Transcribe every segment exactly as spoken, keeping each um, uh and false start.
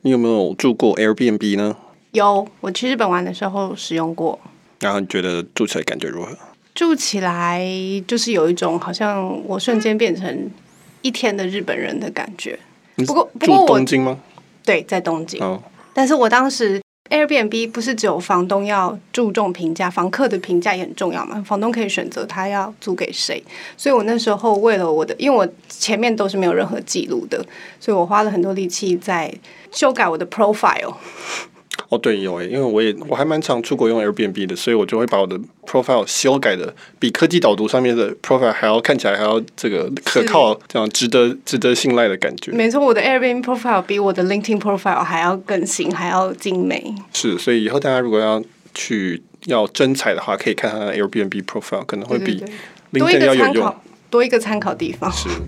你有没有住过 Airbnb 呢？ 有，我去日本玩的时候使用过。 然后你觉得住起来感觉如何？ 住起来就是有一种好像我瞬间变成一天的日本人的感觉。不过，不过我住东京吗？ 对，在东京。 哦， 但是我当时 Airbnb 不是只有房东要注重评价，房客的评价也很重要嘛。房东可以选择他要租给谁，所以我那时候为了我的，因为我前面都是没有任何记录的，所以我花了很多力气在修改我的 profile。 哦，对，有诶，因为我也我还蛮常出国用 Airbnb 的，所以我就会把我的 profile 修改的比科技导读上面的 profile 还要看起来还要这个可靠，这样值得值得信赖的感觉。 没错，我的 Airbnb profile 比我的 LinkedIn profile 还要更新，还要精美。是， 所以以后大家如果要去要征才的话，可以看他的 Airbnb profile， 可能会比 LinkedIn 要有用， 多一个参考地方。 是。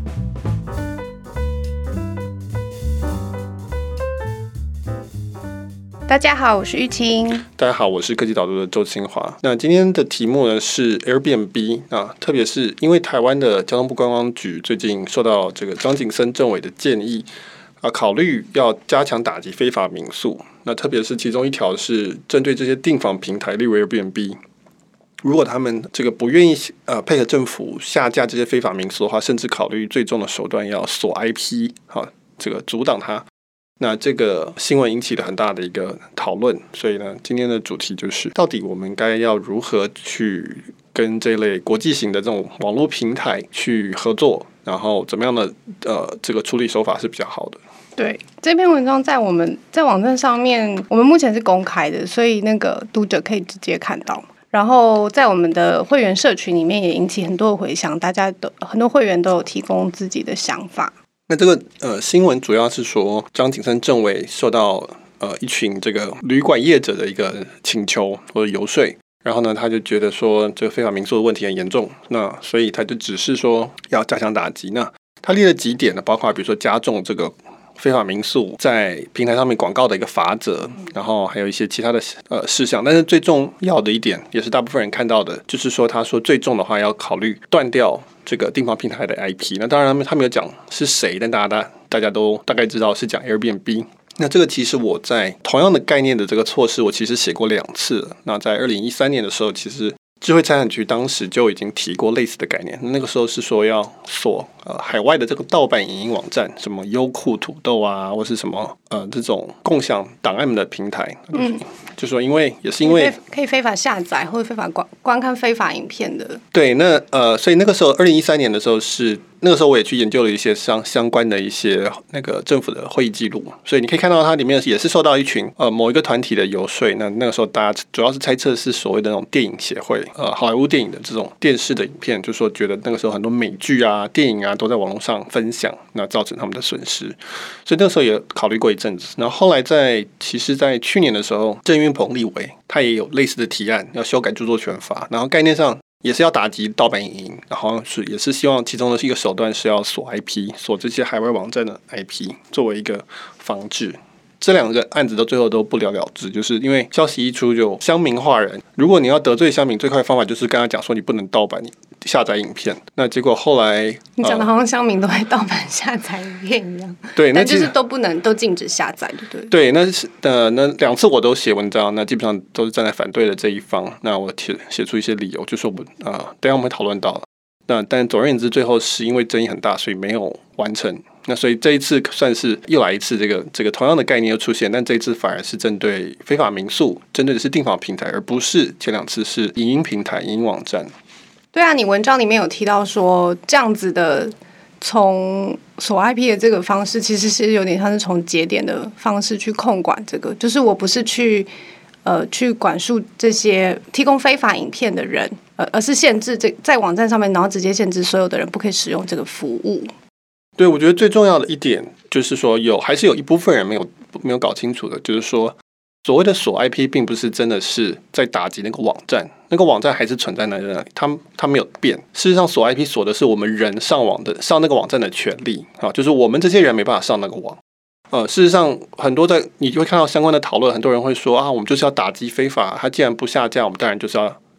大家好，我是玉清。 大家好，我是科技导读的周清华。那今天的题目呢是 Airbnb 啊，特别是因为台湾的交通部观光局最近受到这个张景森政委的建议啊，考虑要加强打击非法民宿。那特别是其中一条是针对这些订房平台，例如 Airbnb， 如果他们这个不愿意呃配合政府下架这些非法民宿的话，甚至考虑最终的手段要锁 I P， 好，这个阻挡它。那这个新闻引起了很大的一个讨论，所以呢，今天的主题就是到底我们该要如何去跟这类国际型的这种网络平台去合作，然后怎么样的呃这个处理手法是比较好的。 对，这篇文章在我们在网站上面，我们目前是公开的，所以那个读者可以直接看到。然后在我们的会员社群里面也引起很多的回响，大家都很多会员都有提供自己的想法。 那这个呃新闻主要是说张景森政委受到呃一群这个旅馆业者的一个请求或者游说，然后呢他就觉得说这个非法民宿的问题很严重，那所以他就指示说要加强打击。那他列了几点呢，包括比如说加重这个非法民宿在平台上面广告的一个罚则，然后还有一些其他的呃事项。但是最重要的一点，也是大部分人看到的，就是说他说最重的话要考虑断掉这个订房平台的 I P。 那当然他没有讲是谁，但大家大家都大概知道是讲 Airbnb。 那这个其实我在同样的概念的这个措施我其实写过两次了。那在二零一三年的时候，其实智慧财产局当时就已经提过类似的概念，那个时候是说要锁呃海外的这个盗版影音网站，什么优酷、土豆啊，或是什么呃这种共享档案的平台。嗯，就说因为也是因为可以非法下载或者非法观观看非法影片的。 对，那呃，所以那个时候二零一三年的时候是那个时候我也去研究了一些相相关的一些那个政府的会议记录，所以你可以看到它里面也是受到一群呃某一个团体的游说。那那个时候大家主要是猜测是所谓的那种电影协会，呃，好莱坞电影的这种电视的影片，就说觉得那个时候很多美剧啊、电影啊都在网络上分享，那造成他们的损失，所以那个时候也考虑过一阵子。然后后来在其实，在去年的时候，郑运鹏立委他也有类似的提案，要修改著作权法，然后概念上也是要打击盗版影音，然后是也是希望其中的一个手段是要锁 I P， 锁这些海外网站的 I P， 作为一个防治。这两个案子都最后都不了了之，就是因为消息一出就乡民化人。如果你要得罪乡民，最快的方法就是跟他讲说你不能盗版下载影片。那结果后来你讲的好像乡民都会盗版下载影片一样。 对，那但就是都不能都禁止下载，对不对？ 对，那是呃那两次我都写文章，那基本上都是站在反对的这一方。那我写写出一些理由，就说我呃等一下我们会讨论到。那但总而言之，最后是因为争议很大，所以没有完成。那所以这一次算是又来一次这个这个同样的概念又出现，但这一次反而是针对非法民宿，针对的是订房平台，而不是前两次是影音平台、影音网站。 对啊，你文章里面有提到说，这样子的从锁 I P 的这个方式，其实是有点像是从节点的方式去控管这个，就是我不是去呃去管束这些提供非法影片的人，呃，而是限制这在网站上面，然后直接限制所有的人不可以使用这个服务。 对，我觉得最重要的一点就是说有，还是有一部分人没有没有搞清楚的，就是说所谓的锁 I P 并不是真的是在打击那个网站，那个网站还是存在那里，它它没有变。事实上，锁 I P 锁的是我们人上网的上那个网站的权利啊，就是我们这些人没办法上那个网。呃，事实上，很多在你就会看到相关的讨论，很多人会说啊，我们就是要打击非法，它既然不下架，我们当然就是要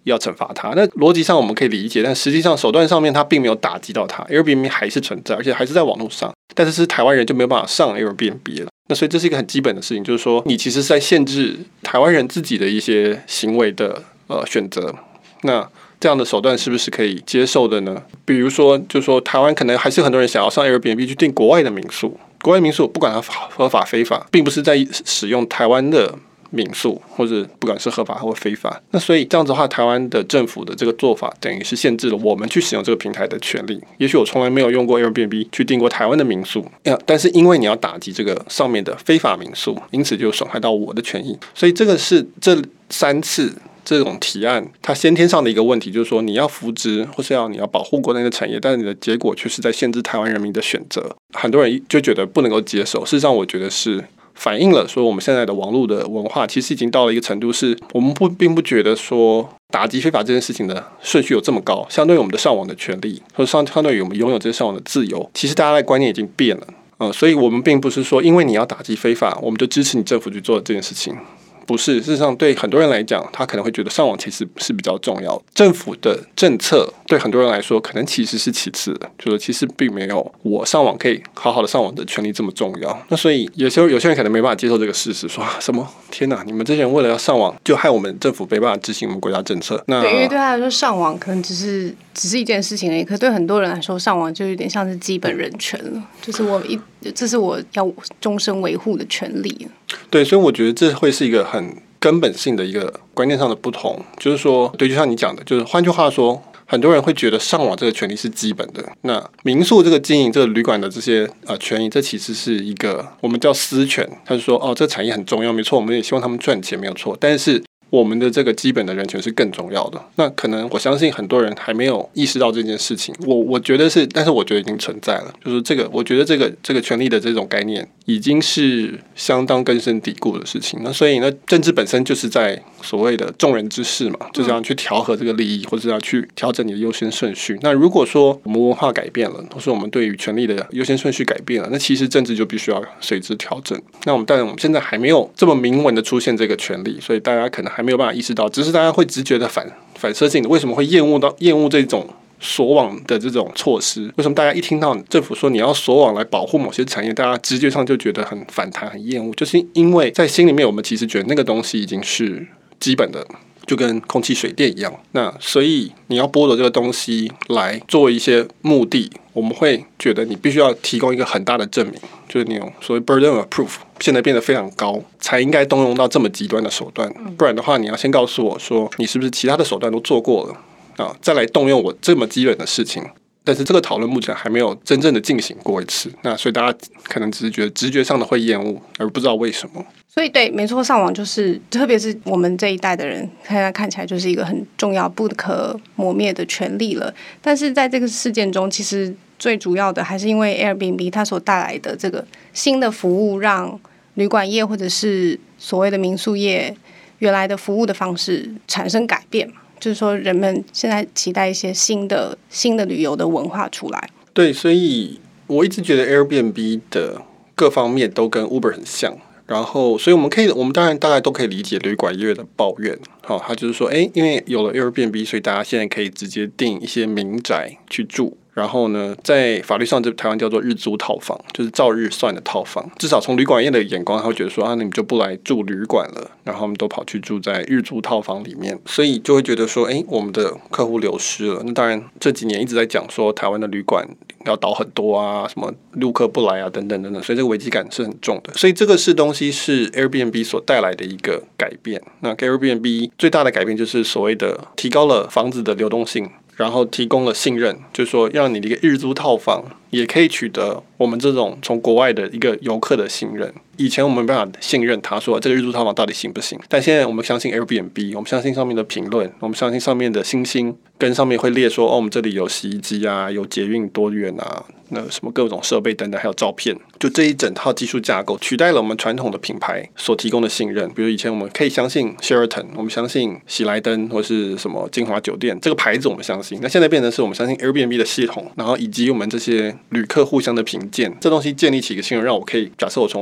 要惩罚他。那逻辑上我们可以理解，但实际上手段上面他并没有打击到他 ，Airbnb 还是存在，而且还是在网络上，但是是台湾人就没有办法上 Airbnb 了。那所以这是一个很基本的事情，就是说你其实是在限制台湾人自己的一些行为的呃选择。那这样的手段是不是可以接受的呢？比如说，就是说台湾可能还是很多人想要上 Airbnb 去订国外的民宿，国外民宿不管它合法非法，并不是在使用台湾的民宿，或者不管是合法或非法。那所以这样子的话，台湾的政府的这个做法等于是限制了我们去使用这个平台的权利。也许我从来没有用过 Airbnb 去订过台湾的民宿，但是因为你要打击这个上面的非法民宿，因此就损害到我的权益。所以这个是这三次这种提案它先天上的一个问题，就是说你要扶植或是要你要保护国内的产业，但是你的结果却是在限制台湾人民的选择。很多人就觉得不能够接受，事实上我觉得是反映了说我们现在的网络的文化其实已经到了一个程度，是我们不并不觉得说打击非法这件事情的顺序有这么高，相对于我们的上网的权利，或者相对于我们拥有这些上网的自由，其实大家的观念已经变了。呃，所以我们并不是说因为你要打击非法，我们就支持你政府去做这件事情。不是，事实上对很多人来讲，他可能会觉得上网其实是比较重要的。政府的政策对很多人来说，可能其实是其次的，就是其实并没有我上网可以好好的上网的权利这么重要。那所以有些有些人可能没办法接受这个事实，说什么天哪，你们这些人为了要上网，就害我们政府没办法执行我们国家政策。那对，因为对他来说，上网可能只是只是一件事情而已，可对很多人来说，上网就有点像是基本人权了，就是我一这是我要终身维护的权利。 对，所以我觉得这会是一个很根本性的一个观念上的不同，就是说，对，就像你讲的，就是换句话说，很多人会觉得上网这个权利是基本的，那民宿这个经营这个旅馆的这些呃权益，这其实是一个我们叫私权。他就说，哦，这产业很重要，没错，我们也希望他们赚钱，没有错，但是我们的这个基本的人权是更重要的。那可能我相信很多人还没有意识到这件事情，我我觉得是，但是我觉得已经存在了。就是这个，我觉得这个这个权利的这种概念已经是相当根深蒂固的事情。那所以呢，政治本身就是在所谓的众人之事嘛，就是要去调和这个利益，或者要去调整你的优先顺序。那如果说我们文化改变了，或是我们对于权利的优先顺序改变了，那其实政治就必须要随之调整。那我们当然我们现在还没有这么明文的出现这个权利，所以大家可能还没有办法意识到，只是大家会直觉的反反射性的，为什么会厌恶到厌恶这种锁网的这种措施？为什么大家一听到政府说你要锁网来保护某些产业，大家直觉上就觉得很反弹、很厌恶？就是因为在心里面，我们其实觉得那个东西已经是基本的，就跟空气、水电一样。那所以你要剥夺这个东西来做一些目的，我们会觉得你必须要提供一个很大的证明，就是你有所谓 burden of proof， 现在变得非常高，才应该动用到这么极端的手段。不然的话，你要先告诉我说你是不是其他的手段都做过了啊，再来动用我这么基本的事情。但是这个讨论目前还没有真正的进行过一次，那所以大家可能只是觉得直觉上的会厌恶，而不知道为什么。 所以对，没错，上网就是，特别是我们这一代的人，现在看起来就是一个很重要、不可磨灭的权利了。但是在这个事件中，其实最主要的还是因为 Airbnb 它所带来的这个新的服务，让旅馆业或者是所谓的民宿业原来的服务的方式产生改变嘛。就是说，人们现在期待一些新的、新的旅游的文化出来。对， 所以我一直觉得 Airbnb 的各方面都跟 Uber 很像。然后，所以我们可以，我们当然大概都可以理解旅馆业的抱怨。好，他就是说，哎，因为有了 Airbnb， 所以大家现在可以直接订一些民宅去住。然后呢，在法律上，这台湾叫做日租套房，就是照日算的套房。至少从旅馆业的眼光，他会觉得说啊，你们就不来住旅馆了，然后我们都跑去住在日租套房里面，所以就会觉得说，哎，我们的客户流失了。那当然这几年一直在讲说，台湾的旅馆要倒很多啊，什么陆客不来啊，等等等等，所以这个危机感是很重的。所以这个是东西是 Airbnb 所带来的一个改变。那 Airbnb 最大的改变就是所谓的提高了房子的流动性。然后提供了信任，就是说让你的一个日租套房也可以取得我们这种从国外的一个游客的信任。以前我们没办法信任他说这个日租套房到底行不行，但现在我们相信 Airbnb， 我们相信上面的评论，我们相信上面的星星跟上面会列说哦，我们这里有洗衣机啊，有捷运多远啊，那什么各种设备等等，还有照片，就这一整套技术架构取代了我们传统的品牌所提供的信任。比如以前我们可以相信 Sheraton， 我们相信喜来登或是什么金华酒店这个牌子我们相信，那现在变成是我们相信 Airbnb 的系统，然后以及我们这些旅客互相的评鉴，这东西建立起一个信任，让我可以假设我从香港来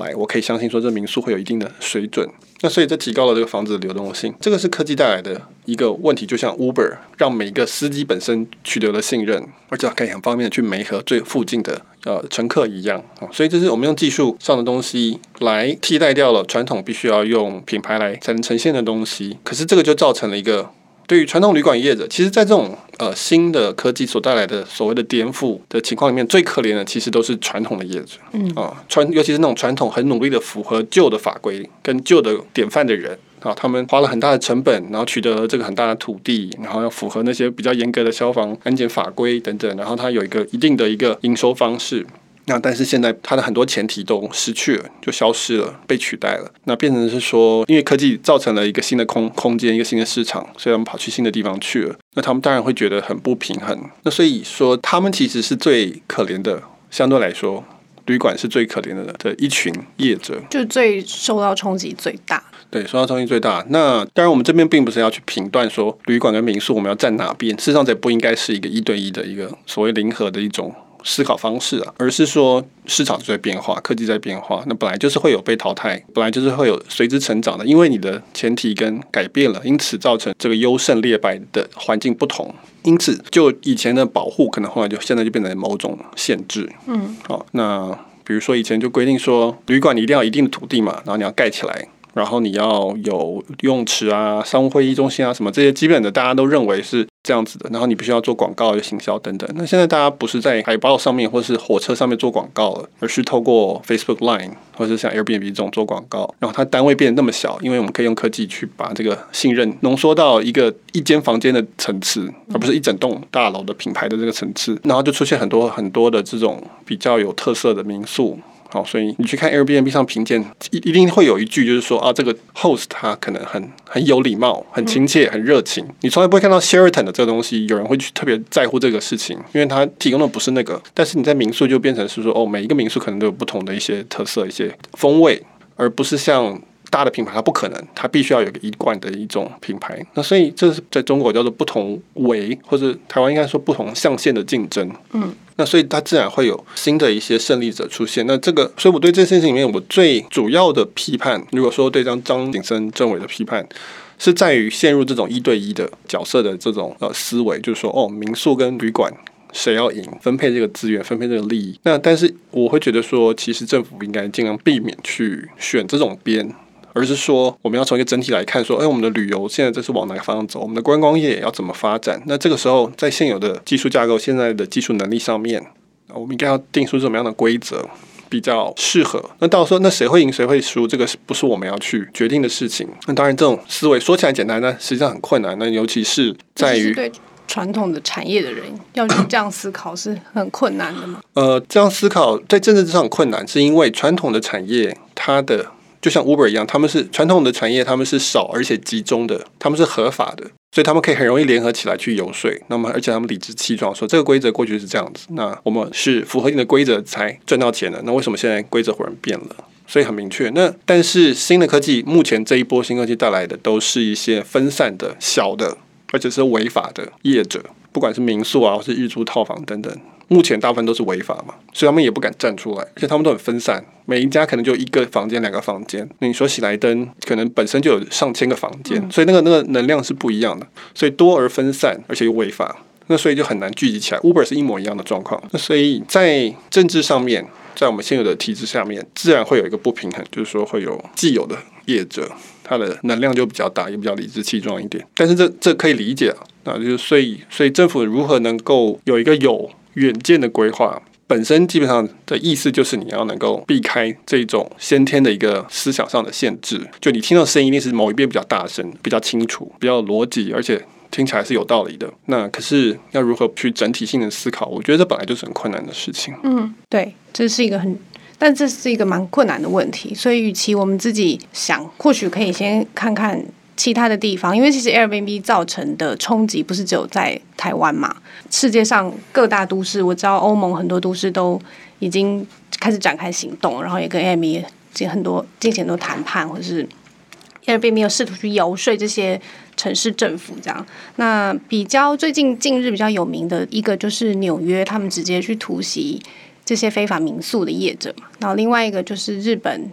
来，我可以相信说这民宿会有一定的水准。那所以这提高了这个房子的流动性，这个是科技带来的一个问题。就像 Uber 让每个司机本身取得了信任，而且可以很方便的去媒合最附近的呃乘客一样。所以这是我们用技术上的东西来替代掉了传统必须要用品牌来才能呈现的东西。可是这个就造成了一个对于传统旅馆业者，其实在这种呃新的科技所带来的所谓的颠覆的情况里面，最可怜的其实都是传统的业者，嗯啊，传尤其是那种传统很努力的符合旧的法规跟旧的典范的人啊，他们花了很大的成本，然后取得了这个很大的土地，然后要符合那些比较严格的消防安检法规等等，然后它有一个一定的一个营收方式。那但是现在它的很多前提都失去了，就消失了，被取代了。那变成是说，因为科技造成了一个新的空空间，一个新的市场，所以他们跑去新的地方去了。那他们当然会觉得很不平衡。那所以说，他们其实是最可怜的，相对来说，旅馆是最可怜的的一群业者， 就最受到冲击最大。 对，受到冲击最大。那当然，我们这边并不是要去评断说旅馆跟民宿我们要站哪边，事实上这不应该是一个一对一的一个所谓零和的一种思考方式啊，而是说市场在变化，科技在变化，那本来就是会有被淘汰，本来就是会有随之成长的，因为你的前提跟改变了，因此造成这个优胜劣败的环境不同，因此就以前的保护可能后来就现在就变成某种限制。嗯，好，那比如说以前就规定说旅馆你一定要有一定的土地嘛，然后你要盖起来，然后你要有游泳池啊、商务会议中心啊什么这些基本的大家都认为是这样子的，然后你必须要做广告、有行销等等。那现在大家不是在海报上面或是火车上面做广告了，而是透过 Facebook Line 或是像 Airbnb 这种做广告，然后它单位变得那么小，因为我们可以用科技去把这个信任浓缩到一个一间房间的层次，而不是一整栋大楼的品牌的这个层次，然后就出现很多很多的这种比较有特色的民宿。好，所以你去看 Airbnb 上评鉴，一一定会有一句就是说啊，这个 host 他可能很很有礼貌、很亲切、很热情。你从来不会看到 Sheraton 的这个东西，有人会去特别在乎这个事情，因为他提供的不是那个。但是你在民宿就变成是说，哦，每一个民宿可能都有不同的一些特色、一些风味，而不是像大的品牌，它不可能，它必须要有一个一贯的一种品牌。那所以这是在中国叫做不同维，或者台湾应该说不同象限的竞争。嗯。那所以它自然会有新的一些胜利者出现。那这个，所以我对这件事情里面，我最主要的批判，如果说对张张景森政委的批判，是在于陷入这种一对一的角色的这种呃思维，就是说，哦，民宿跟旅馆谁要赢，分配这个资源，分配这个利益。那但是我会觉得说，其实政府应该尽量避免去选这种边。而是说我们要从一个整体来看说，哎，我们的旅游现在这是往哪个方向走，我们的观光业要怎么发展。那这个时候在现有的技术架构、现在的技术能力上面，我们应该要定出什么样的规则比较适合。那到时候那谁会赢谁会输，这个不是我们要去决定的事情。那当然这种思维说起来简单，但实际上很困难。那尤其是在于对传统的产业的人要去这样思考是很困难的吗？ 呃，这样思考在政治上很困难，是因为传统的产业它的就像 Uber 一样，他们是传统的产业，他们是少而且集中的，他们是合法的，所以他们可以很容易联合起来去游说。那么，而且他们理直气壮说这个规则过去是这样子，那我们是符合你的规则才赚到钱的。那为什么现在规则忽然变了？所以很明确。那但是新的科技，目前这一波新科技带来的都是一些分散的、小的，而且是违法的业者，不管是民宿啊，或是日租套房等等。目前大部分都是违法嘛，所以他们也不敢站出来，而且他们都很分散，每一家可能就一个房间、两个房间。那你说喜来登可能本身就有上千个房间，嗯、所以那个那个能量是不一样的，所以多而分散，而且又违法，那所以就很难聚集起来。Uber 是一模一样的状况，那所以在政治上面，在我们现有的体制下面，自然会有一个不平衡，就是说会有既有的业者，他的能量就比较大，也比较理直气壮一点。但是这这可以理解啊，那就是所以所以政府如何能够有一个有远见的规划，本身基本上的意思就是你要能够避开这种先天的一个思想上的限制，就你听到声音一定是某一边比较大声、比较清楚、比较有逻辑，而且听起来是有道理的。那可是要如何去整体性的思考，我觉得这本来就是很困难的事情。 嗯，对，这是一个很，但这是一个蛮困难的问题。所以，与其我们自己想，或许可以先看看其他的地方，因为其实 Airbnb 造成的冲击不是只有在台湾嘛，世界上各大都市，我知道欧盟很多都市都已经开始展开行动，然后也跟 Airbnb 很多进行很多谈判，或者是 Airbnb 有试图去游说这些城市政府这样。那比较最近近日比较有名的一个就是纽约，他们直接去突袭这些非法民宿的业者嘛，然后另外一个就是日本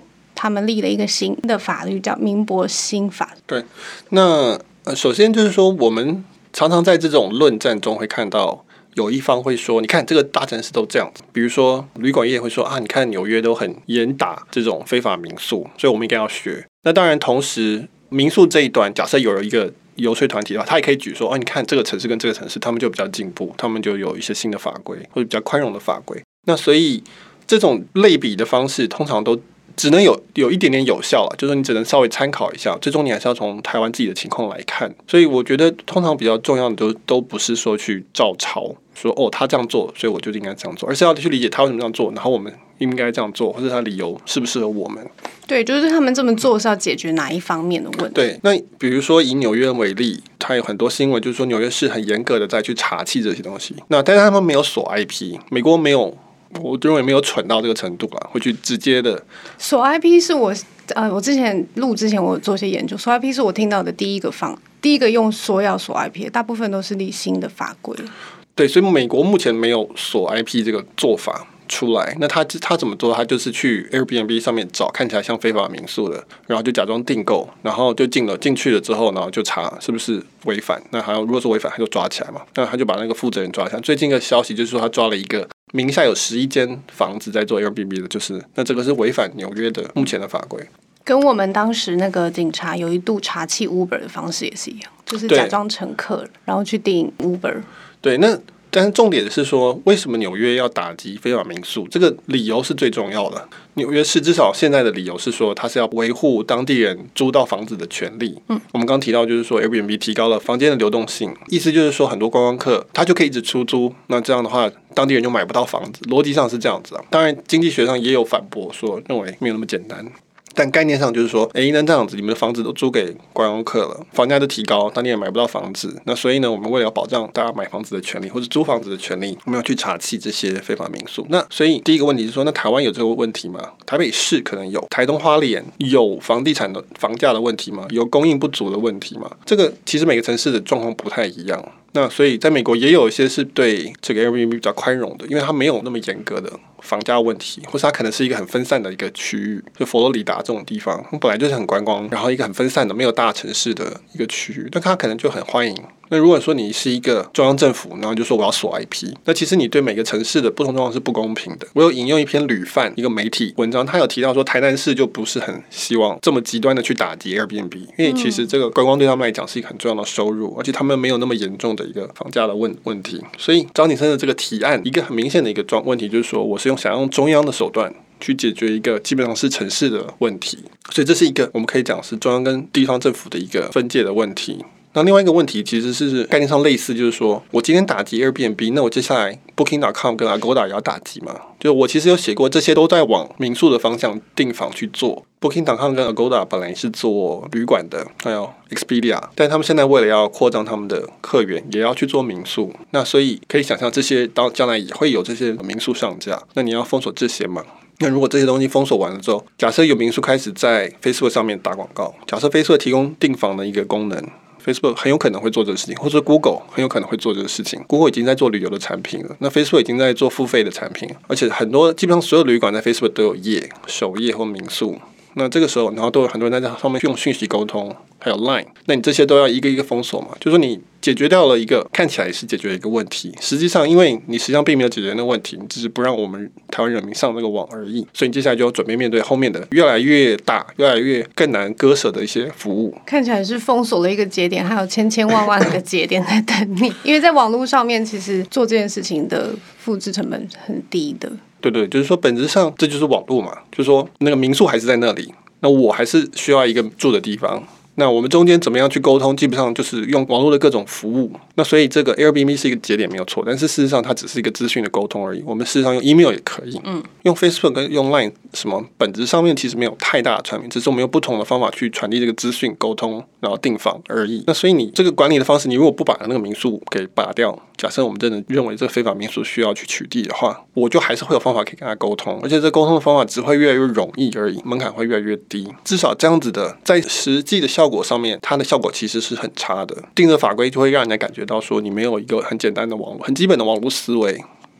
他们立了一个新的法律叫民博新法。 对，那、呃、首先就是说，我们常常在这种论战中会看到有一方会说，你看这个大城市都这样子，比如说旅馆业会说啊，你看纽约都很严打这种非法民宿，所以我们应该要学。那当然，同时民宿这一端，假设有一个游说团体的话，他也可以举说，哦，你看这个城市跟这个城市，他们就比较进步，他们就有一些新的法规或者比较宽容的法规。那所以这种类比的方式，通常都只能有有一点点有效了，就是说你只能稍微参考一下，最终你还是要从台湾自己的情况来看。所以我觉得通常比较重要的都都不是说去照抄，说哦他这样做，所以我就应该这样做，而是要去理解他为什么这样做，然后我们应该这样做，或者他理由适不适合我们。 对，就是他们这么做是要解决哪一方面的问题？ 对，那比如说以纽约为例，它有很多新闻，就是说纽约市很严格的在去查缉这些东西。那但是他们没有锁 I P， 美国没有，我认为没有蠢到这个程度啦，会去直接的锁 I P 是我呃，我之前录之前我有做些研究，锁 I P 是我听到的第一个方，第一个用说要锁 I P 的，大部分都是立新的法规。 对，所以美国目前没有锁 I P 这个做法出来。那他他怎么做？他就是去 Airbnb 上面找看起来像非法民宿的，然后就假装订购，然后就进了进去了之后，然后就查是不是违反。那还有如果是违反，他就抓起来嘛。那他就把那个负责人抓起来。最近的消息就是说，他抓了一个名下有十一间房子在做 Airbnb 的，就是那这个是违反纽约的目前的法规。 跟我们当时那个警察有一度查缉 Uber 的方式也是一样，就是假装乘客，然后去订 Uber。 对，那但是重点是说，为什么纽约要打击非法民宿？这个理由是最重要的。纽约市至少现在的理由是说，它是要维护当地人租到房子的权利。嗯，我们刚提到就是说 ，Airbnb 提高了房间的流动性，意思就是说，很多观光客他就可以一直出租，那这样的话，当地人就买不到房子。逻辑上是这样子啊。当然，经济学上也有反驳说，认为没有那么简单。但概念上就是说，哎，那这样子，你们的房子都租给观光客了，房价就提高，当地人买不到房子。那所以呢，我们为了要保障大家买房子的权利或者租房子的权利，我们要去查缉这些非法民宿。那所以第一个问题是说，那台湾有这个问题吗？台北市可能有，台东花莲有房地产的房价的问题吗？有供应不足的问题吗？这个其实每个城市的状况不太一样。那所以在美国也有一些是对这个 Airbnb 比较宽容的，因为它没有那么严格的房价问题，或是它可能是一个很分散的一个区域，就佛罗里达这种地方，本来就是很观光，然后一个很分散的没有大城市的一个区域，但它可能就很欢迎。那如果说你是一个中央政府，然后就说我要锁 I P， 那其实你对每个城市的不同状况是不公平的。我有引用一篇旅泛一个媒体文章，他有提到说台南市就不是很希望这么极端的去打击 Airbnb， 因为其实这个观光对他们来讲是一个很重要的收入，而且他们没有那么严重的一个房价的问问题。所以张景生的这个提案，一个很明显的一个状问题就是说，我是用想用中央的手段去解决一个基本上是城市的问题，所以这是一个我们可以讲是中央跟地方政府的一个分界的问题。那另外一个问题其实是概念上类似，就是说我今天打击 Airbnb， 那我接下来 Booking 点 com 跟 Agoda 也要打击嘛？就我其实有写过，这些都在往民宿的方向订房去做。Booking 点 com 跟 Agoda 本来是做旅馆的，还有 Expedia， 但他们现在为了要扩张他们的客源，也要去做民宿。那所以可以想象，这些到将来也会有这些民宿上架。那你要封锁这些嘛？那如果这些东西封锁完了之后，假设有民宿开始在 Facebook 上面打广告，假设 Facebook 提供订房的一个功能。Facebook 很有可能会做这个事情，或者 Google 很有可能会做这个事情。Google 已经在做旅游的产品了，那 Facebook 已经在做付费的产品，而且很多基本上所有旅馆在 Facebook 都有页、首页或民宿。那这个时候，然后都有很多人在上面用讯息沟通，还有 Line， 那你这些都要一个一个封锁嘛？就是说你解决掉了一个看起来是解决了一个问题，实际上因为你实际上并没有解决那个问题，你只是不让我们台湾人民上那个网而已，所以你接下来就要准备面对后面的越来越大、越来越更难割舍的一些服务。 看起来是封锁了一个节点，还有千千万万个节点在等你，因为在网络上面，其实做这件事情的复制成本很低的。 对对，就是说本质上这就是网络嘛，就是说那个民宿还是在那里，那我还是需要一个住的地方。那我们中间怎么样去沟通，基本上就是用网络的各种服务。那所以这个 Airbnb 是一个节点没有错，但是事实上它只是一个资讯的沟通而已。我们事实上用 email 也可以，嗯，用 Facebook 跟用 Line 什么本质上面其实没有太大的差别，只是我们用不同的方法去传递这个资讯沟通，然后订房而已。那所以你这个管理的方式，你如果不把那个民宿给拔掉，假设我们真的认为这个非法民宿需要去取缔的话，我就还是会有方法可以跟他沟通，而且这沟通的方法只会越来越容易而已，门槛会越来越低。至少这样子的，在实际的效果上面，它的效果其实是很差的。定的法规就会让人家感觉到说，你没有一个很简单的网络、很基本的网络思维，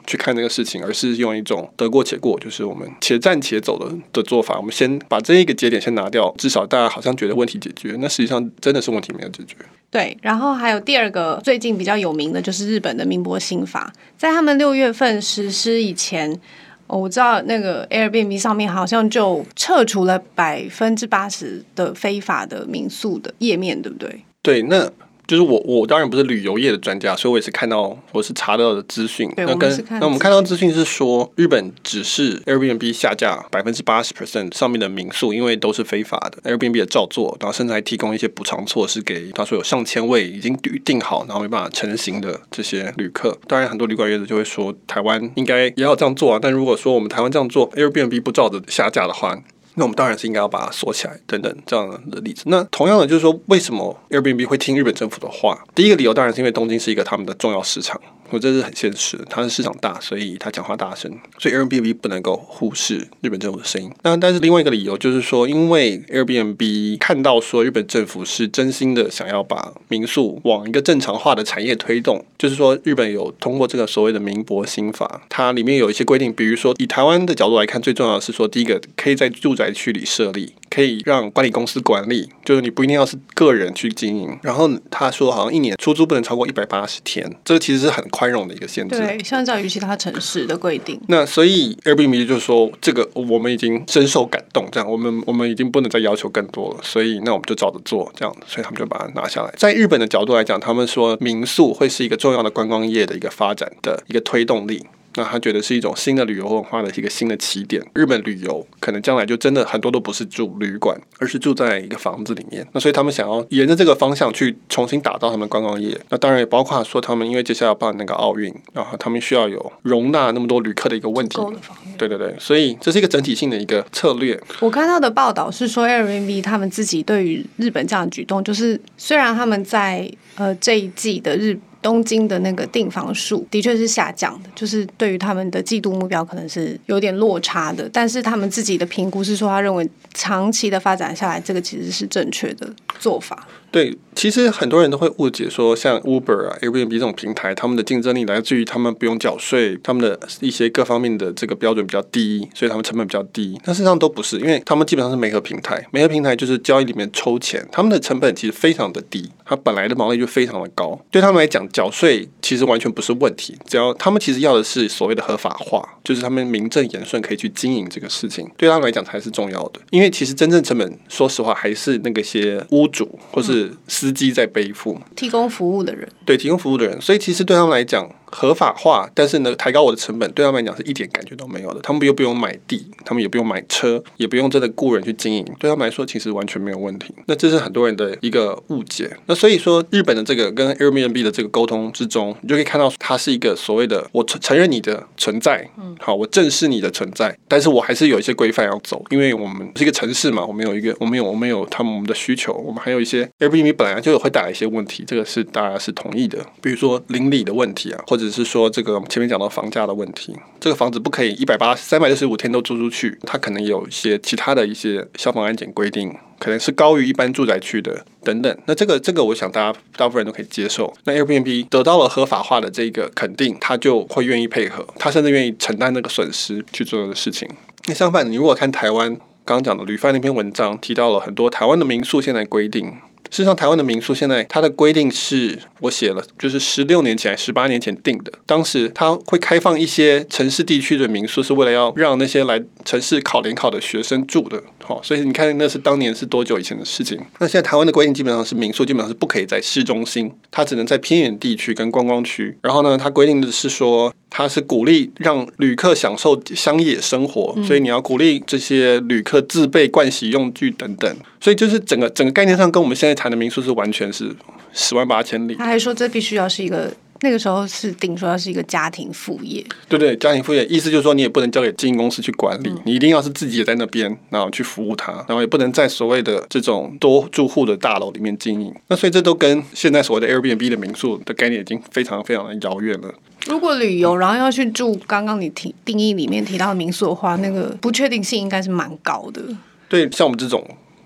去看这个事情，而是用一种得过且过，就是我们且战且走的的做法。我们先把这一个节点先拿掉，至少大家好像觉得问题解决，那实际上真的是问题没有解决。 对，然后还有第二个最近比较有名的就是日本的民博新法，在他们六月份实施以前，哦，我知道那个 Airbnb 上面好像就撤除了百分之八十的非法的民宿的页面，对不对？ 对，那就是我我当然不是旅游业的专家，所以我也是看到我是查到的资讯。 对， 那跟我们是看那我们看到资讯是说，日本只是 Airbnb 下架百分之八十 percent 上面的民宿，因为都是非法的 ，Airbnb 也照做，然后甚至还提供一些补偿措施给他说有上千位已经预定好，然后没办法成行的这些旅客。当然，很多旅馆业者就会说，台湾应该也要这样做啊。但如果说我们台湾这样做 ，Airbnb 不照着下架的话，那我们当然是应该要把它锁起来，等等这样的例子。那同样的就是说，为什么 Airbnb 会听日本政府的话？第一个理由当然是因为东京是一个他们的重要市场，我这是很现实的，它是市场大，所以它讲话大声，所以 Airbnb 不能够忽视日本政府的声音。那但是另外一个理由就是说，因为 Airbnb 看到说日本政府是真心的想要把民宿往一个正常化的产业推动，就是说日本有通过这个所谓的民博新法，它里面有一些规定，比如说以台湾的角度来看，最重要的是说，第一个可以在住宅区里设立，可以让管理公司管理，就是你不一定要是个人去经营。然后他说好像一年出租不能超过一百八十天，这个其实是很宽容的一个限制。 对，相较于其他城市的规定。 那所以 Airbnb 就说这个我们已经深受感动，这样我们我们已经不能再要求更多了，所以那我们就照着做这样，所以他们就把它拿下来。在日本的角度来讲，他们说民宿会是一个重要的观光业的一个发展的一个推动力。那他觉得是一种新的旅游文化的一个新的起点。日本旅游可能将来就真的很多都不是住旅馆，而是住在一个房子里面。那所以他们想要沿着这个方向去重新打造他们观光业。那当然也包括说他们因为接下来要办那个奥运，然后他们需要有容纳那么多旅客的一个问题。对对对，所以这是一个整体性的一个策略。 我看到的报道是说 Airbnb 他们自己对于日本这样的举动，就是虽然他们在呃这一季的日东京的那个订房数的确是下降的，就是对于他们的季度目标可能是有点落差的，但是他们自己的评估是说，他认为长期的发展下来，这个其实是正确的做法。 对，其实很多人都会误解说，像 Uber 啊、Airbnb 这种平台，他们的竞争力来自于他们不用缴税，他们的一些各方面的这个标准比较低，所以他们成本比较低。但事实上都不是，因为他们基本上是媒合平台，媒合平台就是交易里面抽钱，他们的成本其实非常的低，它本来的毛利就非常的高，对他们来讲，缴税其实完全不是问题，只要他们其实要的是所谓的合法化，就是他们名正言顺可以去经营这个事情，对他们来讲才是重要的。因为其实真正成本，说实话还是那个些屋主或是司机在背负， 提供服务的人， 对，提供服务的人，所以其实对他们来讲，合法化，但是呢，抬高我的成本，对他们来讲是一点感觉都没有的。他们又不用买地，他们也不用买车，也不用真的雇人去经营，对他们来说其实完全没有问题。那这是很多人的一个误解。那所以说，日本的这个跟 Airbnb 的这个沟通之中，你就可以看到，它是一个所谓的我承认你的存在，好，我正视你的存在，但是我还是有一些规范要走，因为我们是一个城市嘛，我们有一个，我们有我们有他们我们的需求，我们还有一些 Airbnb 本来就有会带来一些问题，这个是大家是同意的，比如说邻里的问题啊，或者是说这个前面讲到房价的问题，这个房子不可以一百八三百六十五天都租出去，它可能有一些其他的一些消防安检规定，可能是高于一般住宅区的等等。那这个这个我想大家大部分人都可以接受。那 Airbnb 得到了合法化的这个肯定，他就会愿意配合，他甚至愿意承担那个损失去做这个事情。那相反，你如果看台湾刚刚讲的旅饭那篇文章，提到了很多台湾的民宿现在规定。事实上，台湾的民宿现在它的规定是我写了，就是十六年前、十八年前定的。当时它会开放一些城市地区的民宿，是为了要让那些来城市考联考的学生住的。好，所以你看那是当年是多久以前的事情。那现在台湾的规定基本上是民宿基本上是不可以在市中心，它只能在偏远地区跟观光区。然后呢，它规定的是说，它是鼓励让旅客享受乡野生活， 嗯、 所以你要鼓励这些旅客自备盥洗用具等等。所以就是整个整个概念上跟我们现在谈的民宿是完全是十万八千里。 他还说这必须要是一个。那个时候是定说要是一个家庭副业， 对对，家庭副业意思就是说你也不能交给经营公司去管理，嗯、你一定要是自己也在那边，然后去服务它，然后也不能在所谓的这种多住户的大楼里面经营。那所以这都跟现在所谓的 Airbnb 的民宿的概念已经非常非常的遥远了。 如果旅游然后要去住刚刚你提定义里面提到的民宿的话，那个不确定性应该是蛮高的。 对，像我们这种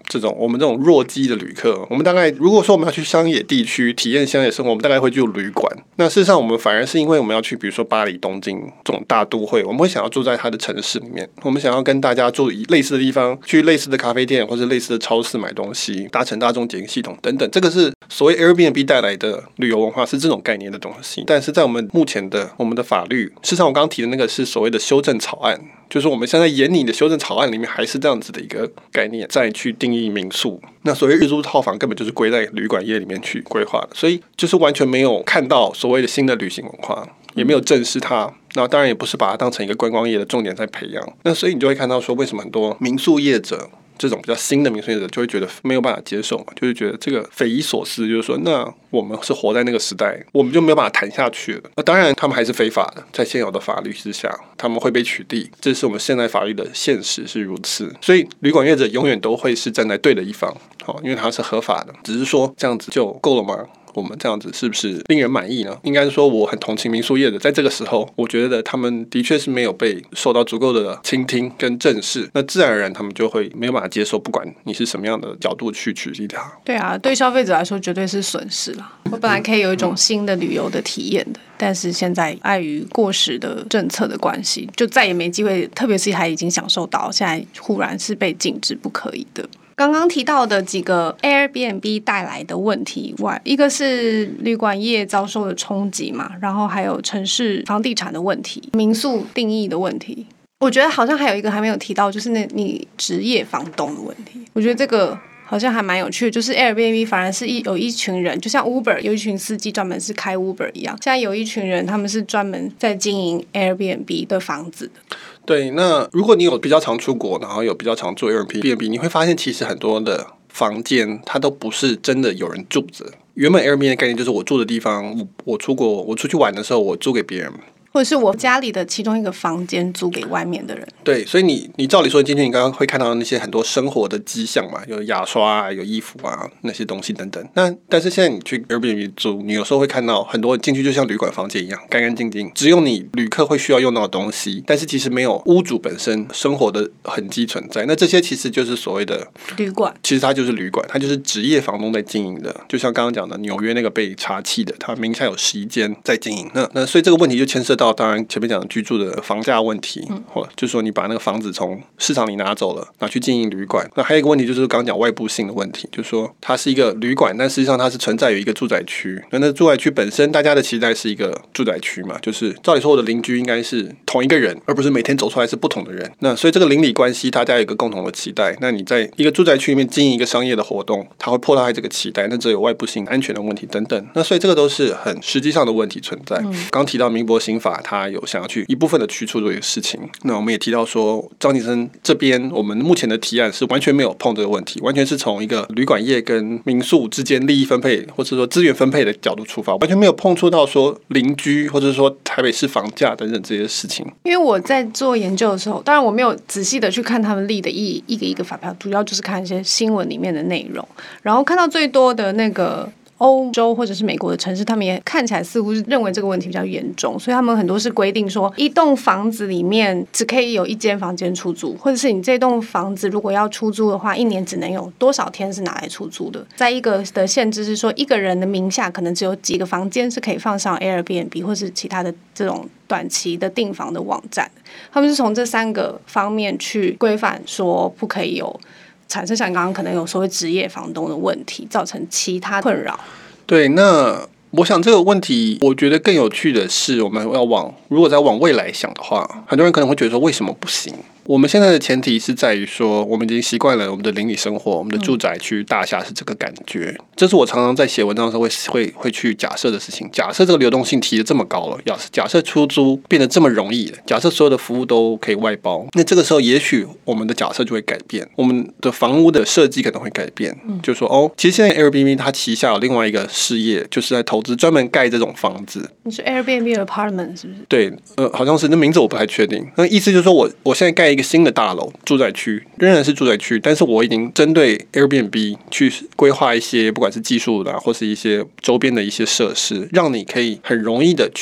这种我们这种弱鸡的旅客，我们大概如果说我们要去乡野地区体验乡野生活，我们大概会住旅馆。那事实上我们反而是因为我们要去比如说巴黎、东京这种大都会，我们会想要住在它的城市里面，我们想要跟大家住类似的地方，去类似的咖啡店或者类似的超市买东西，搭乘大众捷运系统等等，这个是所谓 Airbnb 带来的旅游文化，是这种概念的东西。但是在我们目前的我们的法律，事实上我刚刚提的那个是所谓的修正草案，就是我们现在研拟的修正草案里面还是这样子的一个概念，再去定义民宿。那所谓日租套房根本就是归在旅馆业里面去规划的，所以就是完全没有看到所谓的新的旅行文化，也没有正视它。那当然也不是把它当成一个观光业的重点在培养。那所以你就会看到说，为什么很多民宿业者，这种比较新的民宿业者就会觉得没有办法接受嘛，就是觉得这个匪夷所思，就是说那我们是活在那个时代，我们就没有办法谈下去了。那当然他们还是非法的，在现有的法律之下他们会被取缔，这是我们现在法律的现实是如此。所以旅馆业者永远都会是站在对的一方，因为它是合法的。只是说这样子就够了吗？我们这样子是不是令人满意呢？应该是说我很同情民宿业者，在这个时候我觉得他们的确是没有被受到足够的倾听跟正视，那自然而然他们就会没有办法接受，不管你是什么样的角度去取缔它。 对啊，对消费者来说绝对是损失啦。我本来可以有一种新的旅游的体验的，但是现在碍于过时的政策的关系，就再也没机会，特别是还已经享受到，现在忽然是被禁止不可以的。刚刚提到的几个 Airbnb 带来的问题以外，一个是旅馆业遭受的冲击嘛，然后还有城市房地产的问题，民宿定义的问题。我觉得好像还有一个还没有提到，就是那你职业房东的问题。我觉得这个好像还蛮有趣的，就是 Airbnb 反而是一有一群人，就像 Uber 有一群司机专门是开 Uber 一样，现在有一群人他们是专门在经营 Airbnb 的房子的。 对，那如果你有比较常出国，然后有比较常做 Airbnb， 你会发现其实很多的房间它都不是真的有人住着。原本 Airbnb 的概念就是我住的地方，我我出国我出去玩的时候我租给别人， 或者是我家里的其中一个房间租给外面的人。对， 所以你你照理说今天你刚刚会看到那些很多生活的迹象嘛，有牙刷啊，有衣服啊，那些东西等等。那但是现在你去 Airbnb 租，你有时候会看到很多进去就像旅馆房间一样干干净净，只有你旅客会需要用到的东西，但是其实没有屋主本身生活的痕迹存在。那这些其实就是所谓的旅馆， 其实它就是旅馆，它就是职业房东在经营的。就像刚刚讲的纽约那个被查缉的，他名下有十一间在经营。那那所以这个问题就牵涉到当然前面讲的居住的房价问题，嗯，或就是说你把那个房子从市场里拿走了，拿去经营旅馆。那还有一个问题就是刚刚讲外部性的问题，就是说它是一个旅馆，但实际上它是存在于一个住宅区。那那住宅区本身大家的期待是一个住宅区嘛，就是照理说我的邻居应该是同一个人，而不是每天走出来是不同的人。那所以这个邻里关系大家有一个共同的期待。那你在一个住宅区里面经营一个商业的活动，它会破坏这个期待，那这有外部性安全的问题等等。那所以这个都是很实际上的问题存在。嗯，刚提到民博刑法，它有想要去一部分的去处这个事情。那我们也提到说，张景生这边我们目前的提案是完全没有碰这个问题，完全是从一个旅馆业跟民宿之间利益分配或者说资源分配的角度出发，完全没有碰触到说邻居或者说台北市房价等等这些事情。 因为我在做研究的时候，当然我没有仔细的去看他们立的一一个一个法条，主要就是看一些新闻里面的内容，然后看到最多的那个欧洲或者是美国的城市，他们也看起来似乎是认为这个问题比较严重，所以他们很多是规定说一栋房子里面只可以有一间房间出租，或者是你这栋房子如果要出租的话，一年只能有多少天是拿来出租的。再一个的限制是说，一个人的名下可能只有几个房间是可以放上 Airbnb 或是其他的这种短期的订房的网站。他们是从这三个方面去规范说不可以有产生像刚刚可能有所谓职业房东的问题，造成其他困扰。 对，那我想这个问题，我觉得更有趣的是，我们要往如果再往未来想的话，很多人可能会觉得说为什么不行？我们现在的前提是在于说，我们已经习惯了我们的邻里生活，我们的住宅区大厦是这个感觉。这是我常常在写文章的时候会会会去假设的事情。假设这个流动性提得这么高了，假设出租变得这么容易了，假设所有的服务都可以外包，那这个时候也许我们的假设就会改变，我们的房屋的设计可能会改变。嗯，就说哦，其实现在 Airbnb 它旗下有另外一个事业，就是在投资专门盖这种房子。 你是 Airbnb Apartment 是不是？ 对，呃，好像是，那名字我不太确定。那意思就是说我我现在盖一个新的大楼，住宅区仍然是住宅区，但是我已经针对 Airbnb 去规划一些，不管是技术的、啊、或是一些周边的一些设施，让你可以很容易的去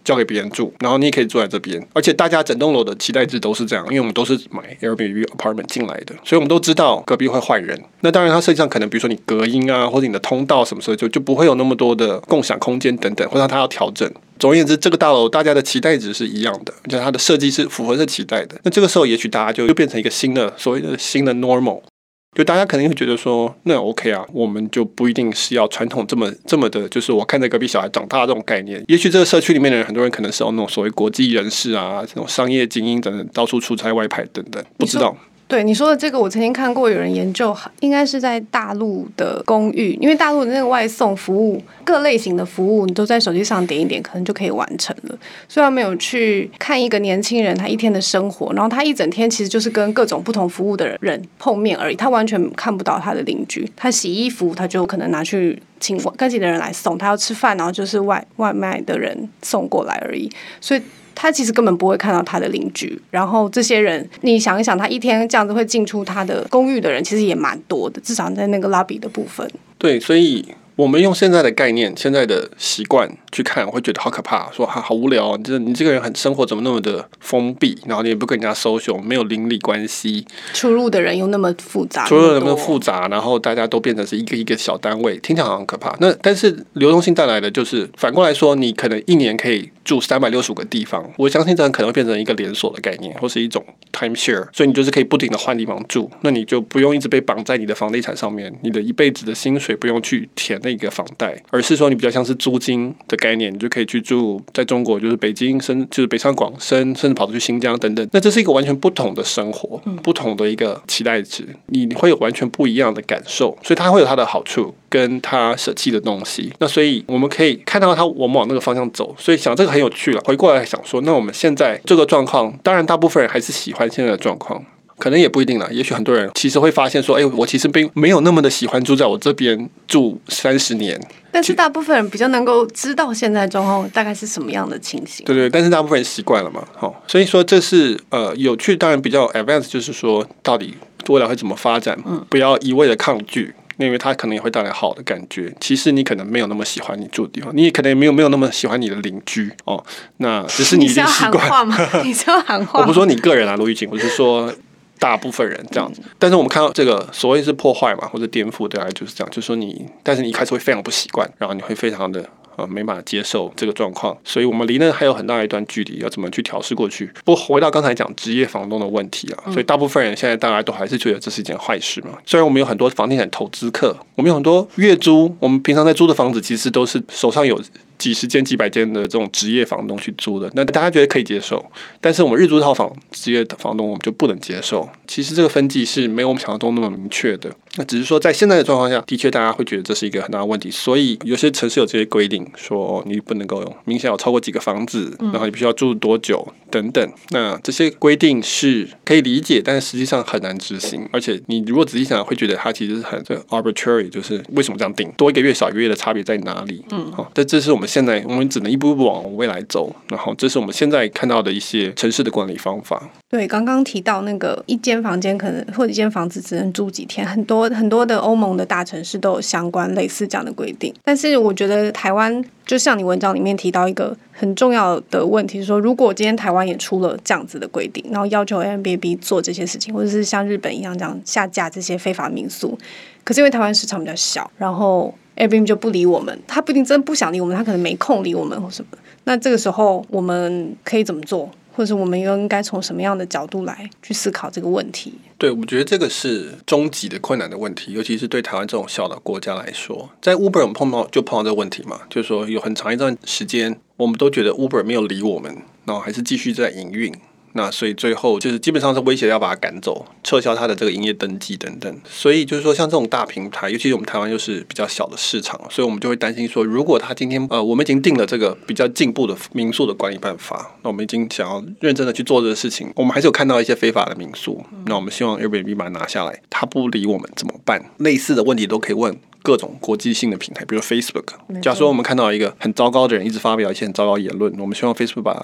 交给别人住，然后你也可以住在这边，而且大家整栋楼的期待值都是这样，因为我们都是买 Airbnb apartment 进来的，所以我们都知道隔壁会换人。那当然它设计上可能比如说你隔音啊，或者你的通道什么时候就就不会有那么多的共享空间等等，或者它要调整。总而言之，这个大楼大家的期待值是一样的，而且它的设计是符合这期待的。那这个时候也许大家就就变成一个新的所谓的新的 normal，就大家可能会觉得说，那 OK 啊，我们就不一定是要传统这么这么的，就是我看着隔壁小孩长大的这种概念。也许这个社区里面的人，很多人可能是有那种所谓国际人士啊，这种商业精英等等，到处出差外派等等，不知道。 对你说的这个，我曾经看过有人研究，应该是在大陆的公寓，因为大陆的那个外送服务，各类型的服务，你都在手机上点一点，可能就可以完成了。所以他们有去看一个年轻人他一天的生活，然后他一整天其实就是跟各种不同服务的人碰面而已，他完全看不到他的邻居。他洗衣服，他就可能拿去请跟几的人来送；他要吃饭，然后就是外外卖的人送过来而已。所以他其实根本不会看到他的邻居，然后这些人，你想一想，他一天这样子会进出他的公寓的人，其实也蛮多的，至少在那个 lobby 的部分。 对，所以我们用现在的概念、现在的习惯去看，会觉得好可怕，说好好无聊，你这你这个人很生活怎么那么的封闭，然后你也不跟人家 social， 没有邻里关系， 出入的人又那么复杂， 出入的人那么复杂，然后大家都变成是一个一个小单位，听起来好像很可怕。那但是流动性带来的就是反过来说，你可能一年可以住三百六十五个地方，我相信这可能会变成一个连锁的概念，或是一种 timeshare， 所以你就是可以不停的换地方住，那你就不用一直被绑在你的房地产上面，你的一辈子的薪水不用去填那个房贷，而是说你比较像是租金的概念，你就可以去住在中国，就是北京、深就是北上广深，甚至跑出去新疆等等。那这是一个完全不同的生活，不同的一个期待值，你会有完全不一样的感受，所以它会有它的好处跟它舍弃的东西。那所以我们可以看到它，我们往那个方向走，所以想这个很有趣了。回过来想说，那我们现在这个状况，当然大部分人还是喜欢现在的状况。可能也不一定啦，也许很多人其实会发现说，哎、欸，我其实并没有那么的喜欢住在我这边住三十年。 但是大部分人比较能够知道现在状况大概是什么样的情形。 对对，但是大部分人习惯了嘛，好，所以说这是呃有趣，当然比较 advanced， 就是说到底未来会怎么发展，嗯、不要一味的抗拒。因为它可能也会带来好的感觉，其实你可能没有那么喜欢你住的地方，你也可能也没有没有那么喜欢你的邻居哦。那只是你已经习惯。 你是要喊话吗？你是要喊话吗？ 我不说你个人啊，卢玉琴，我是说大部分人这样子。但是我们看到这个所谓是破坏嘛，或者颠覆，大概就是这样，就是说你，但是你一开始会非常不习惯，然后你会非常的。呃，没办法接受这个状况，所以我们离那还有很大一段距离，要怎么去调试过去？不过回到刚才讲职业房东的问题啊，所以大部分人现在大概都还是觉得这是一件坏事嘛。虽然我们有很多房地产投资客，我们有很多月租，我们平常在租的房子其实都是手上有几十间、几百间的这种职业房东去租的，那大家觉得可以接受，但是我们日租套房职业房东我们就不能接受。其实这个分际是没有我们想象中那么明确的，那只是说在现在的状况下，的确大家会觉得这是一个很大的问题，所以有些城市有这些规定，说你不能够有明显有超过几个房子，然后你必须要住多久等等。那这些规定是可以理解，但是实际上很难执行，而且你如果仔细想，会觉得它其实是很 arbitrary， 就是为什么这样定，多一个月少一个月的差别在哪里？嗯，好，但这是我们现在我们只能一步一步往未来走，然后这是我们现在看到的一些城市的管理方法。 对，刚刚提到那个一间房间可能或者一间房子只能住几天，很多很多的欧盟的大城市都有相关类似这样的规定。但是我觉得台湾，就像你文章里面提到一个很重要的问题，是说如果今天台湾也出了这样子的规定，然后要求 Airbnb 做这些事情，或者是像日本一样这样下架这些非法民宿，可是因为台湾市场比较小，然后 Airbnb 就不理我们，他不一定真不想理我们，他可能没空理我们或什么。那这个时候我们可以怎么做？或者是我们又应该从什么样的角度来去思考这个问题？ 对，我觉得这个是终极的困难的问题，尤其是对台湾这种小的国家来说。在 Uber 我们碰到就碰到这个问题嘛，就是说有很长一段时间，我们都觉得 Uber 没有理我们，然后还是继续在营运。那所以最后就是基本上是威胁要把它赶走，撤销它的这个营业登记等等。所以就是说，像这种大平台，尤其是我们台湾又是比较小的市场，所以我们就会担心说，如果他今天呃，我们已经定了这个比较进步的民宿的管理办法，那我们已经想要认真的去做这个事情，我们还是有看到一些非法的民宿，那我们希望 Airbnb 把它拿下来，他不理我们怎么办？类似的问题都可以问各种国际性的平台，比如 Facebook。假如说我们看到一个很糟糕的人一直发表一些很糟糕的言论，我们希望 Facebook 把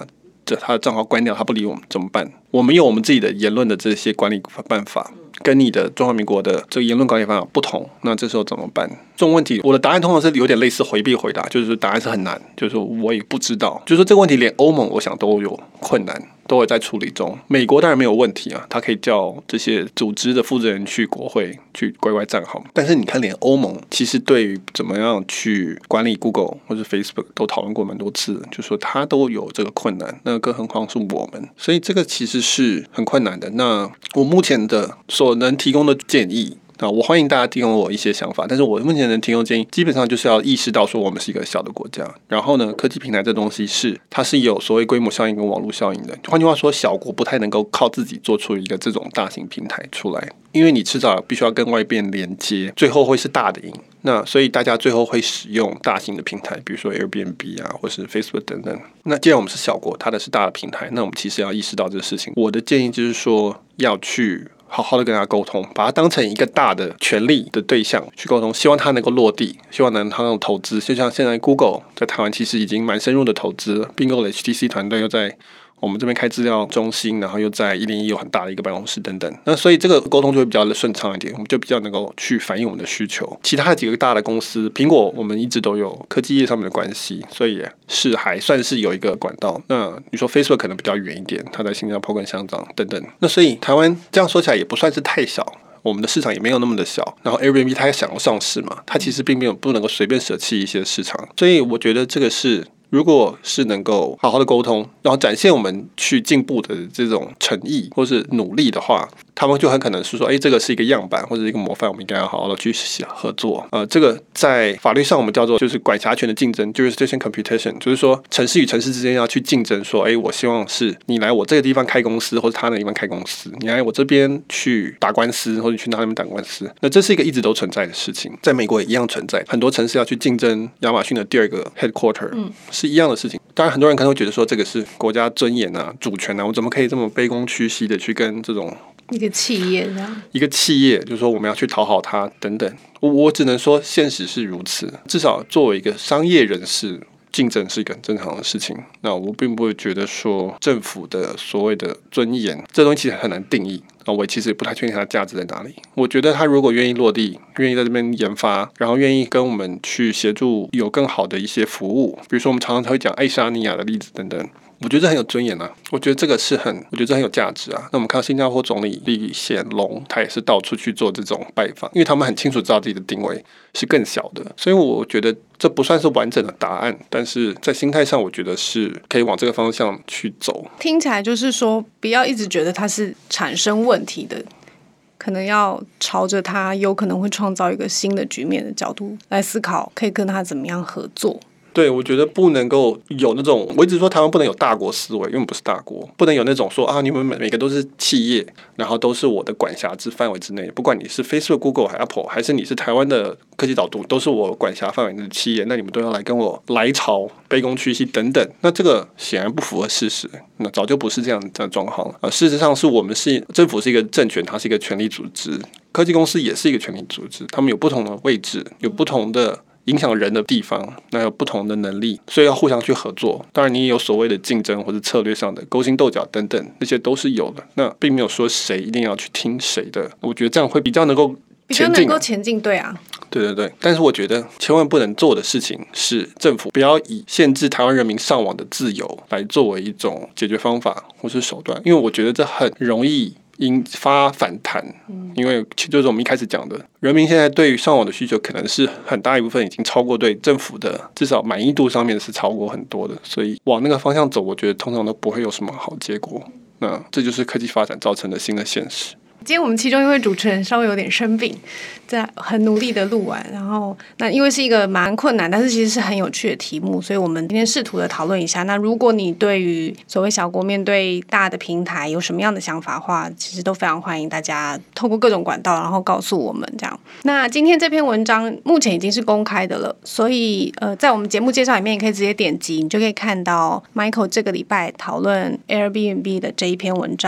者他的账号关掉，他不理我们怎么办？我们有我们自己的言论的这些管理办法，跟你的中华民国的这个言论管理方法不同，那这时候怎么办？这种问题，我的答案通常是有点类似回避回答，就是答案是很难，就是我也不知道，就是说这个问题连欧盟我想都有困难，都会在处理中。美国当然没有问题啊，他可以叫这些组织的负责人去国会去乖乖站好。但是你看，连欧盟其实对于怎么样去管理 Google 或是 Facebook 都讨论过蛮多次，就说他都有这个困难，那更何况是我们，所以这个其实是很困难的。那我目前的所能提供的建议。啊，我欢迎大家提供我一些想法，但是我目前能提供建议，基本上就是要意识到说我们是一个小的国家，然后呢，科技平台这东西是它是有所谓规模效应跟网络效应的。换句话说，小国不太能够靠自己做出一个这种大型平台出来，因为你迟早必须要跟外边连接，最后会是大的赢。那所以大家最后会使用大型的平台，比如说 Airbnb 啊，或是 Facebook 等等。那既然我们是小国，它的是大的平台，那我们其实要意识到这个事情。我的建议就是说，要去好好的跟他沟通，把它当成一个大的权力的对象去沟通，希望他能够落地，希望能他能投资。就像现在 Google 在台湾其实已经蛮深入的投资了，并购了 H T C 团队，又在我们这边开资料中心，然后又在一零一有很大的一个办公室等等。那所以这个沟通就会比较顺畅一点，我们就比较能够去反映我们的需求。其他的几个大的公司，苹果我们一直都有科技业上面的关系，所以是还算是有一个管道。那你说 Facebook 可能比较远一点，它在新加坡跟香港等等。那所以台湾这样说起来也不算是太小。我们的市场也没有那么的小，然后 Airbnb 它也想要上市嘛，它其实并没有不能够随便舍弃一些市场，所以我觉得这个是如果是能够好好的沟通，然后展现我们去进步的这种诚意或是努力的话，他们就很可能是说，哎，这个是一个样板或者一个模范，我们应该要好好的去合作。呃，这个在法律上我们叫做就是管辖权的竞争 ，jurisdiction computation， 就是说城市与城市之间要去竞争，说，哎，我希望是你来我这个地方开公司，或者他那个地方开公司，你来我这边去打官司，或者去那边打官司。那这是一个一直都存在的事情，在美国也一样存在，很多城市要去竞争亚马逊的第二个 headquarter，嗯，是一样的事情。当然，很多人可能会觉得说，这个是国家尊严啊、主权啊，我怎么可以这么卑躬屈膝的去跟这种一个企业这样， 一个企业，就是说我们要去讨好他等等。我我只能说，现实是如此。至少作为一个商业人士，竞争是一个很正常的事情。那我并不会觉得说政府的所谓的尊严，这东西其实很难定义。我其实也不太确定它的价值在哪里。我觉得他如果愿意落地，愿意在这边研发，然后愿意跟我们去协助有更好的一些服务，比如说我们常常会讲爱沙尼亚的例子等等。我觉得这很有尊严啊，我觉得这个是很，我觉得这很有价值啊。那我们看到新加坡总理李显龙，他也是到处去做这种拜访，因为他们很清楚知道自己的定位是更小的，所以我觉得这不算是完整的答案，但是在心态上，我觉得是可以往这个方向去走。 听起来就是说，不要一直觉得它是产生问题的，可能要朝着它有可能会创造一个新的局面的角度来思考，可以跟它怎么样合作。 对，我觉得不能够有那种，我一直说台湾不能有大国思维，因为我们不是大国，不能有那种说啊，你们每每个都是企业，然后都是我的管辖之范围之内，不管你是 Facebook、Google、Apple， 还是你是台湾的科技导读，都是我管辖范围的企业，那你们都要来跟我来朝、卑躬屈膝等等，那这个显然不符合事实，那早就不是这样的状况了。呃，事实上是我们是政府是一个政权，它是一个权力组织，科技公司也是一个权力组织，他们有不同的位置，有不同的影响人的地方，那有不同的能力，所以要互相去合作。当然，你也有所谓的竞争或者策略上的勾心斗角等等，那些都是有的。那并没有说谁一定要去听谁的，我觉得这样会比较能够比较能够前进，对啊， 对对对。但是我觉得千万不能做的事情是，政府不要以限制台湾人民上网的自由来作为一种解决方法或是手段，因为我觉得这很容易引发反弹，因为就是我们一开始讲的，人民现在对于上网的需求可能是很大一部分已经超过对政府的至少满意度上面是超过很多的，所以往那个方向走，我觉得通常都不会有什么好结果。那这就是科技发展造成的新的现实。 今天我们其中一位主持人稍微有点生病，在很努力的录完，然后那因为是一个蛮困难，但是其实是很有趣的题目，所以我们今天试图的讨论一下。那如果你对于所谓小国面对大的平台有什么样的想法的话，其实都非常欢迎大家透过各种管道，然后告诉我们这样。那今天这篇文章目前已经是公开的了，所以呃，在我们节目介绍里面，你可以直接点击，你就可以看到 Michael 这个礼拜讨论 Airbnb 的这一篇文章。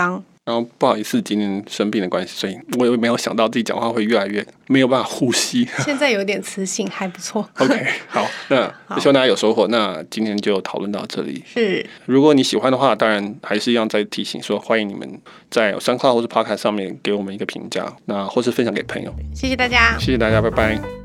然后不好意思，今天生病的关系，所以我也没有想到自己讲话会越来越没有办法呼吸。 现在有点磁性，还不错。 OK， 好，那希望大家有收获。那今天就讨论到这里。 是， 如果你喜欢的话，当然还是一样再提醒说，欢迎你们在SoundCloud或是 Podcast 上面给我们一个评价，那或是分享给朋友。 谢谢大家， 谢谢大家，拜拜。